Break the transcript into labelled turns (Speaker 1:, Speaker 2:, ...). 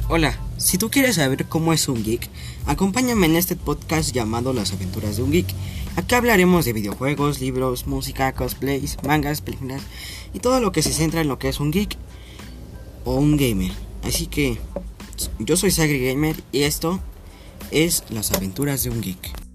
Speaker 1: Hola, si tú quieres saber cómo es un geek, acompáñame en este podcast llamado Las Aventuras de un Geek. Aquí hablaremos de videojuegos, libros, música, cosplays, mangas, películas y todo lo que se centra en lo que es un geek o un gamer. Así que yo soy Sagri Gamer y esto es Las Aventuras de un Geek.